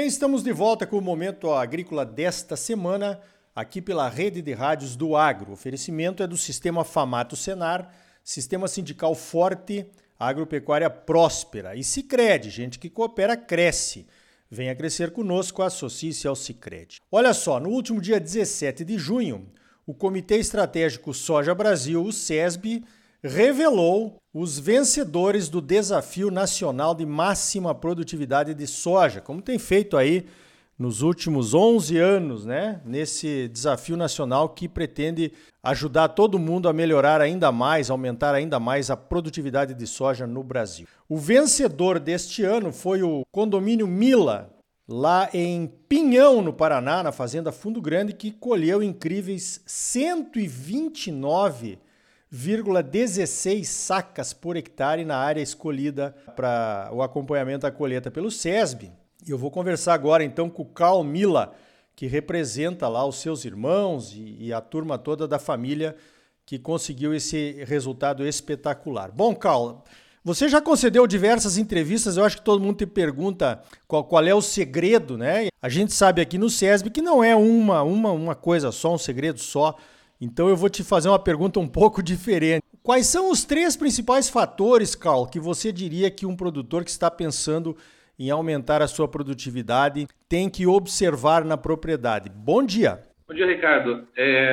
bem, estamos de volta com o Momento Agrícola desta semana, aqui pela Rede de Rádios do Agro. O oferecimento é do Sistema Famato Senar, Sistema Sindical Forte, Agropecuária Próspera. E Sicredi, gente que coopera, cresce. Venha crescer conosco, associe-se ao Sicredi. Olha só, no último dia 17 de junho, o Comitê Estratégico Soja Brasil, o SESB, revelou os vencedores do Desafio Nacional de Máxima Produtividade de Soja, como tem feito aí nos últimos 11 anos, né? Nesse desafio nacional que pretende ajudar todo mundo a melhorar ainda mais, aumentar ainda mais a produtividade de soja no Brasil. O vencedor deste ano foi o Condomínio Mila, lá em Pinhão, no Paraná, na Fazenda Fundo Grande, que colheu incríveis 129,16 sacas por hectare na área escolhida para o acompanhamento da colheita pelo SESB. E eu vou conversar agora então com o Carl Mila, que representa lá os seus irmãos e a turma toda da família que conseguiu esse resultado espetacular. Bom, Carl, você já concedeu diversas entrevistas, eu acho que todo mundo te pergunta qual é o segredo, né? A gente sabe aqui no SESB que não é uma coisa só, um segredo só. Então eu vou te fazer uma pergunta um pouco diferente. Quais são os 3 principais fatores, Carl, que você diria que um produtor que está pensando em aumentar a sua produtividade tem que observar na propriedade? Bom dia. Bom dia, Ricardo.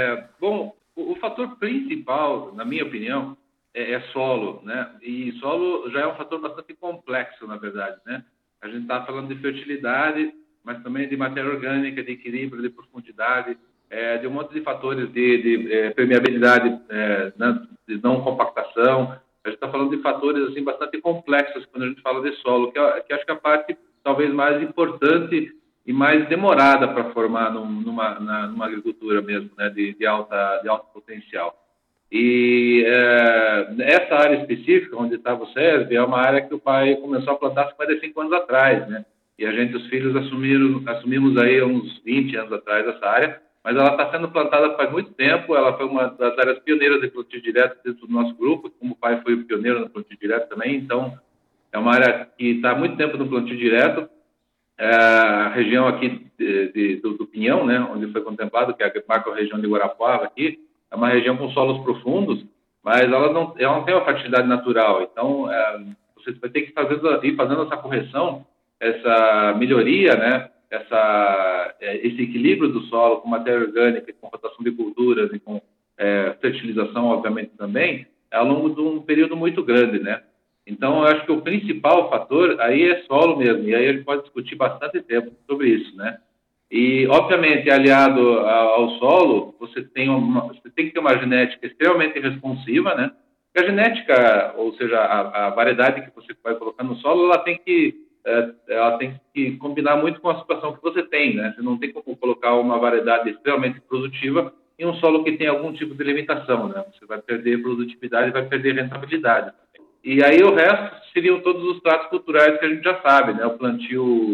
O fator principal, na minha opinião, é solo, né? E solo já é um fator bastante complexo, na verdade, né? A gente está falando de fertilidade, mas também de matéria orgânica, de equilíbrio, de profundidade, de um monte de fatores de permeabilidade, né? De não compactação. A gente está falando de fatores assim, bastante complexos quando a gente fala de solo, que acho que é a parte talvez mais importante e mais demorada para formar numa agricultura mesmo, né, de alto potencial. E essa área específica, onde estava o SESB, é uma área que o pai começou a plantar 55 anos atrás, né? E a gente, os filhos, assumimos aí uns 20 anos atrás essa área, mas ela está sendo plantada faz muito tempo. Ela foi uma das áreas pioneiras de plantio direto dentro do nosso grupo, como o pai foi o pioneiro no plantio direto também. Então, é uma área que está há muito tempo no plantio direto. A região aqui do Pinhão, né, onde foi contemplado, que é a macro-região de Guarapuava aqui, é uma região com solos profundos, mas ela não tem uma fertilidade natural. Então, você vai ter que ir fazendo essa correção, essa melhoria, né, esse equilíbrio do solo com matéria orgânica, com rotação de culturas e com fertilização, obviamente, também, ao longo de um período muito grande, né? Então, eu acho que o principal fator aí é solo mesmo, e aí a gente pode discutir bastante tempo sobre isso, né? E, obviamente, aliado ao solo, você tem que ter uma genética extremamente responsiva, né? Porque a genética, ou seja, a variedade que você vai colocar no solo, ela tem que combinar muito com a situação que você tem, né? Você não tem como colocar uma variedade extremamente produtiva em um solo que tem algum tipo de limitação, né? Você vai perder produtividade e vai perder rentabilidade. E aí o resto seriam todos os tratos culturais que a gente já sabe, né? O plantio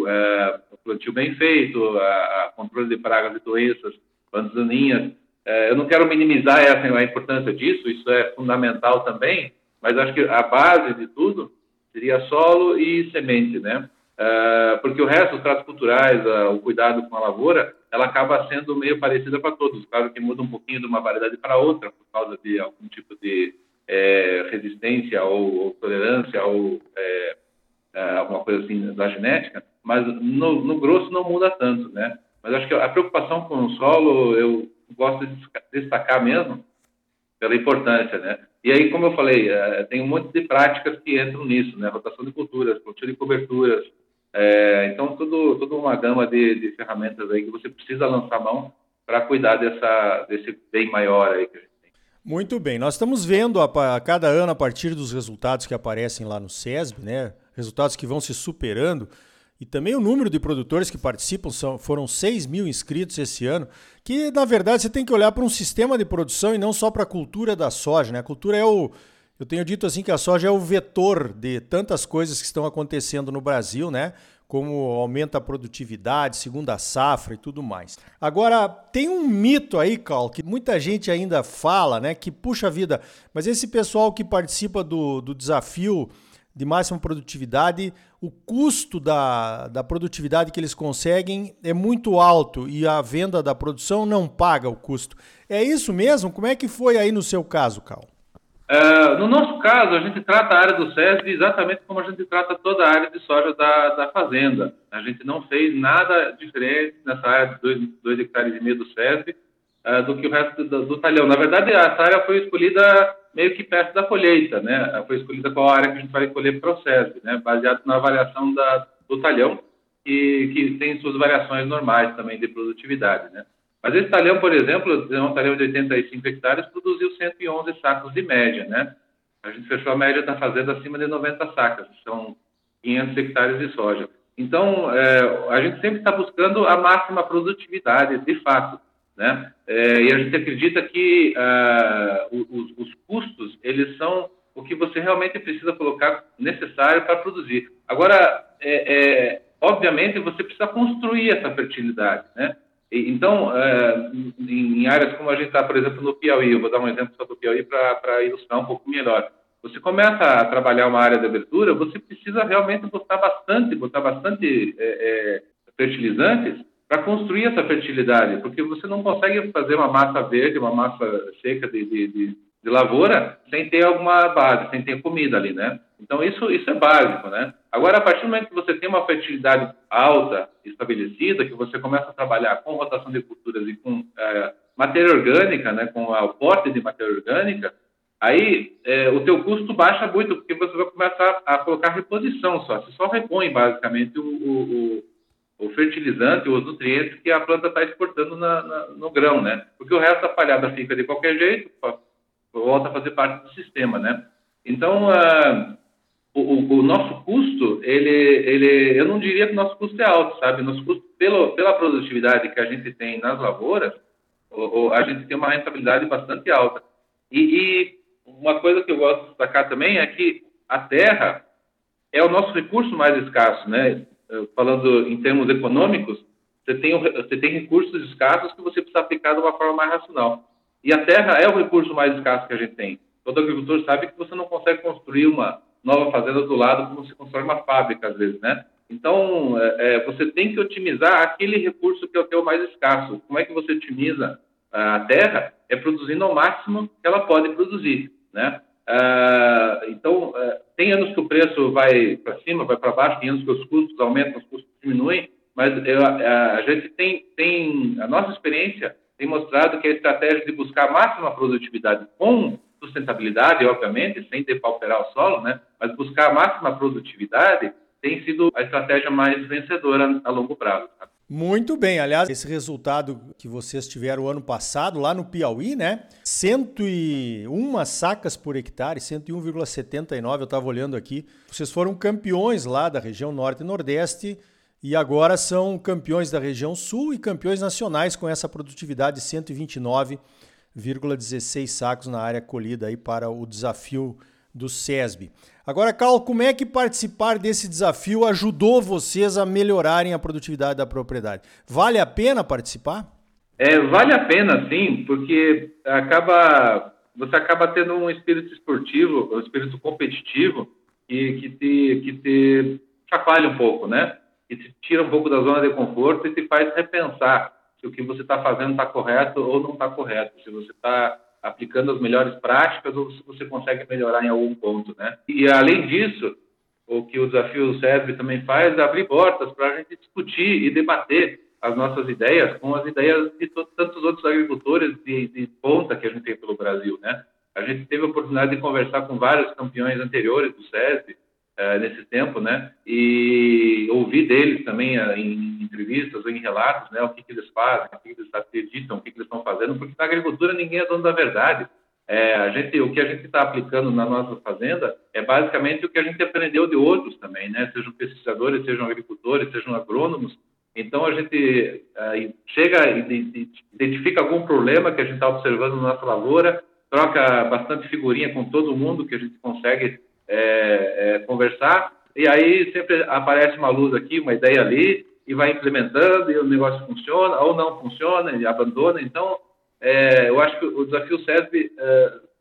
bem feito, a controle de pragas e doenças, plantas daninhas. Eu não quero minimizar a importância disso, isso é fundamental também, mas acho que a base de tudo seria solo e semente, né? Porque o resto, os tratos culturais, o cuidado com a lavoura, ela acaba sendo meio parecida para todos. Claro que muda um pouquinho de uma variedade para outra, por causa de algum tipo de resistência ou tolerância ou alguma coisa assim da genética, mas no grosso não muda tanto, né? Mas acho que a preocupação com o solo, eu gosto de destacar mesmo pela importância, né? E aí, como eu falei, tem um monte de práticas que entram nisso, né? Rotação de culturas, plantio de coberturas, então toda uma gama de ferramentas aí que você precisa lançar mão para cuidar desse bem maior aí que a gente tem. Muito bem, nós estamos vendo a cada ano, a partir dos resultados que aparecem lá no SESB, né? Resultados que vão se superando, e também o número de produtores que participam, foram 6 mil inscritos esse ano, que na verdade você tem que olhar para um sistema de produção e não só para a cultura da soja, né? A cultura eu tenho dito assim que a soja é o vetor de tantas coisas que estão acontecendo no Brasil, né? Como aumenta a produtividade, segunda safra e tudo mais. Agora, tem um mito aí, Carl, que muita gente ainda fala, né? Que puxa vida, mas esse pessoal que participa do desafio de máxima produtividade, o custo da produtividade que eles conseguem é muito alto e a venda da produção não paga o custo. É isso mesmo? Como é que foi aí no seu caso, Cal? No nosso caso, a gente trata a área do SESB exatamente como a gente trata toda a área de soja da fazenda. A gente não fez nada diferente nessa área de 2,5 hectares do SESB do que o resto do talhão. Na verdade, essa área foi escolhida meio que perto da colheita, né? Foi escolhida qual área que a gente vai colher para o SESB, né? Baseado na avaliação do talhão, que tem suas variações normais também de produtividade, né? Mas esse talhão, por exemplo, um talhão de 85 hectares, produziu 111 sacos de média, né? A gente fechou a média da fazenda acima de 90 sacas, são 500 hectares de soja. Então, a gente sempre está buscando a máxima produtividade, de fato, né? E a gente acredita que os custos, eles são o que você realmente precisa colocar necessário para produzir. Agora, obviamente, você precisa construir essa fertilidade, né? Então, em áreas como a gente está, por exemplo, no Piauí, eu vou dar um exemplo só do Piauí para ilustrar um pouco melhor. Você começa a trabalhar uma área de abertura, você precisa realmente botar bastante fertilizantes para construir essa fertilidade, porque você não consegue fazer uma massa verde, uma massa seca de lavoura sem ter alguma base, sem ter comida ali, né? Então, isso é básico, né? Agora, a partir do momento que você tem uma fertilidade alta, estabelecida, que você começa a trabalhar com rotação de culturas e com matéria orgânica, né, com o aporte de matéria orgânica, aí o teu custo baixa muito, porque você vai começar a colocar reposição só. Você só repõe, basicamente, o fertilizante, os nutrientes que a planta está exportando no grão, né? Porque o resto da palhada fica de qualquer jeito, volta a fazer parte do sistema, né? Então, o nosso custo, eu não diria que o nosso custo é alto, sabe? Nosso custo, pela produtividade que a gente tem nas lavouras, a gente tem uma rentabilidade bastante alta. E uma coisa que eu gosto de destacar também é que a terra é o nosso recurso mais escasso, né? Falando em termos econômicos, você tem recursos escassos que você precisa aplicar de uma forma mais racional. E a terra é o recurso mais escasso que a gente tem. Todo agricultor sabe que você não consegue construir uma nova fazenda do lado como se constrói uma fábrica, às vezes, né? Então, você tem que otimizar aquele recurso que é o teu mais escasso. Como é que você otimiza a terra? É produzindo ao máximo que ela pode produzir, né? Então, tem anos que o preço vai para cima, vai para baixo, tem anos que os custos aumentam, os custos diminuem, mas a gente tem a nossa experiência tem mostrado que a estratégia de buscar a máxima produtividade com sustentabilidade, obviamente, sem depauperar o solo, né? Mas buscar a máxima produtividade tem sido a estratégia mais vencedora a longo prazo. Tá? Muito bem. Aliás, esse resultado que vocês tiveram ano passado, lá no Piauí, né? 101 sacas por hectare, 101,79, eu estava olhando aqui. Vocês foram campeões lá da região Norte e Nordeste e agora são campeões da região Sul e campeões nacionais com essa produtividade de 129,16 sacos na área colhida aí para o desafio do SESB. Agora, Cal, como é que participar desse desafio ajudou vocês a melhorarem a produtividade da propriedade? Vale a pena participar? Vale a pena, sim, porque você acaba tendo um espírito esportivo, um espírito competitivo que te chacoalha um pouco, né? E te tira um pouco da zona de conforto e te faz repensar se o que você está fazendo está correto ou não está correto, se você está aplicando as melhores práticas ou se você consegue melhorar em algum ponto, né? E, além disso, o que o Desafio SESB também faz é abrir portas para a gente discutir e debater as nossas ideias com as ideias de tantos outros agricultores de ponta que a gente tem pelo Brasil, né? A gente teve a oportunidade de conversar com vários campeões anteriores do SESB, nesse tempo, né? E ouvir deles também em entrevistas ou em relatos, né? O que eles fazem, o que eles acreditam, o que eles estão fazendo, porque na agricultura ninguém é dono da verdade. O que a gente está aplicando na nossa fazenda é basicamente o que a gente aprendeu de outros também, né? Sejam pesquisadores, sejam agricultores, sejam agrônomos. Então a gente chega e identifica algum problema que a gente está observando na nossa lavoura, troca bastante figurinha com todo mundo que a gente consegue conversar, e aí sempre aparece uma luz aqui, uma ideia ali, e vai implementando, e o negócio funciona, ou não funciona, e abandona. Então, eu acho que o Desafio SESB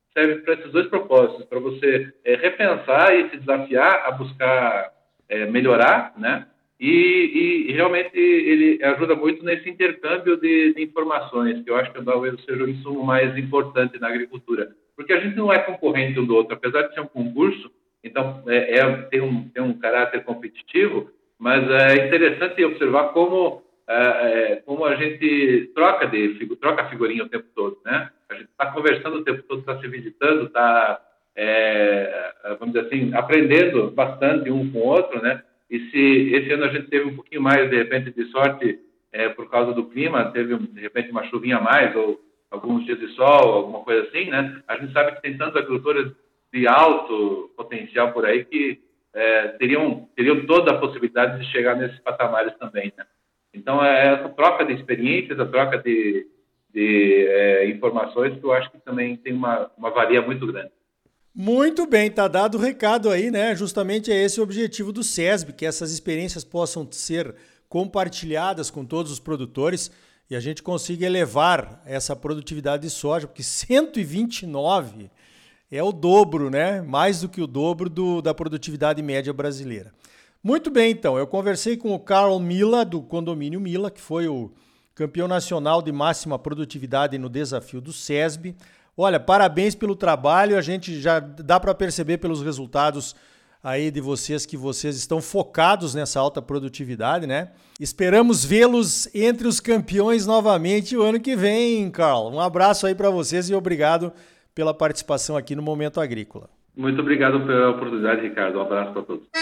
serve para esses dois propósitos, para você repensar e se desafiar a buscar melhorar, né? E realmente ele ajuda muito nesse intercâmbio de informações, que eu acho que talvez seja o insumo mais importante na agricultura. Porque a gente não é concorrente um do outro, apesar de ser um concurso, então tem um caráter competitivo, mas é interessante observar como a gente troca figurinha o tempo todo, né? A gente está conversando o tempo todo, está se visitando, está, vamos dizer assim, aprendendo bastante um com o outro, né? E se esse ano a gente teve um pouquinho mais, de repente, de sorte por causa do clima, teve, de repente, uma chuvinha a mais, ou alguns dias de sol, alguma coisa assim, né? A gente sabe que tem tantos agricultores de alto potencial por aí que teriam toda a possibilidade de chegar nesses patamares também, né? Então, essa troca de experiências, a troca de informações, que eu acho que também tem uma valia muito grande. Muito bem, tá dado o recado aí, né? Justamente é esse o objetivo do SESB, que essas experiências possam ser compartilhadas com todos os produtores e a gente consiga elevar essa produtividade de soja, porque 129 é o dobro, né? Mais do que o dobro da produtividade média brasileira. Muito bem, então, eu conversei com o Carl Mila, do Condomínio Mila, que foi o campeão nacional de máxima produtividade no desafio do SESB. Olha, parabéns pelo trabalho, a gente já dá para perceber pelos resultados aí de vocês que vocês estão focados nessa alta produtividade, né? Esperamos vê-los entre os campeões novamente o ano que vem, Carl. Um abraço aí para vocês e obrigado pela participação aqui no Momento Agrícola. Muito obrigado pela oportunidade, Ricardo. Um abraço para todos.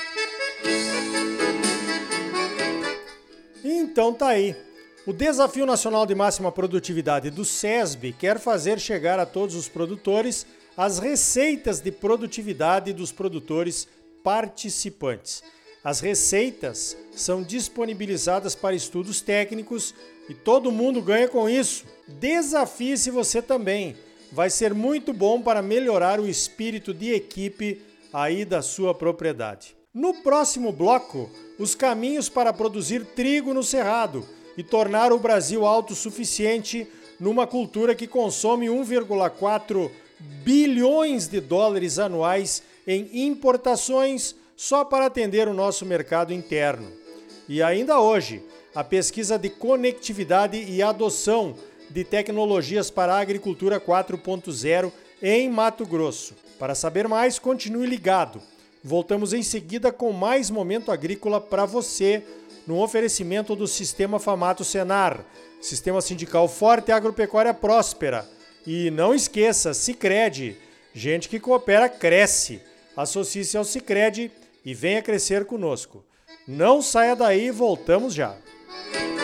Então tá aí. O Desafio Nacional de Máxima Produtividade do SESB quer fazer chegar a todos os produtores as receitas de produtividade dos produtores participantes. As receitas são disponibilizadas para estudos técnicos e todo mundo ganha com isso. Desafie-se você também. Vai ser muito bom para melhorar o espírito de equipe aí da sua propriedade. No próximo bloco, os caminhos para produzir trigo no Cerrado e tornar o Brasil autossuficiente numa cultura que consome 1,4 bilhões de dólares anuais em importações só para atender o nosso mercado interno. E ainda hoje, a pesquisa de conectividade e adoção de tecnologias para a agricultura 4.0 em Mato Grosso. Para saber mais, continue ligado. Voltamos em seguida com mais Momento Agrícola para você, no oferecimento do Sistema Famato Senar, Sistema Sindical Forte e Agropecuária Próspera. E não esqueça, Sicredi, gente que coopera cresce. Associe-se ao Sicredi e venha crescer conosco. Não saia daí, voltamos já.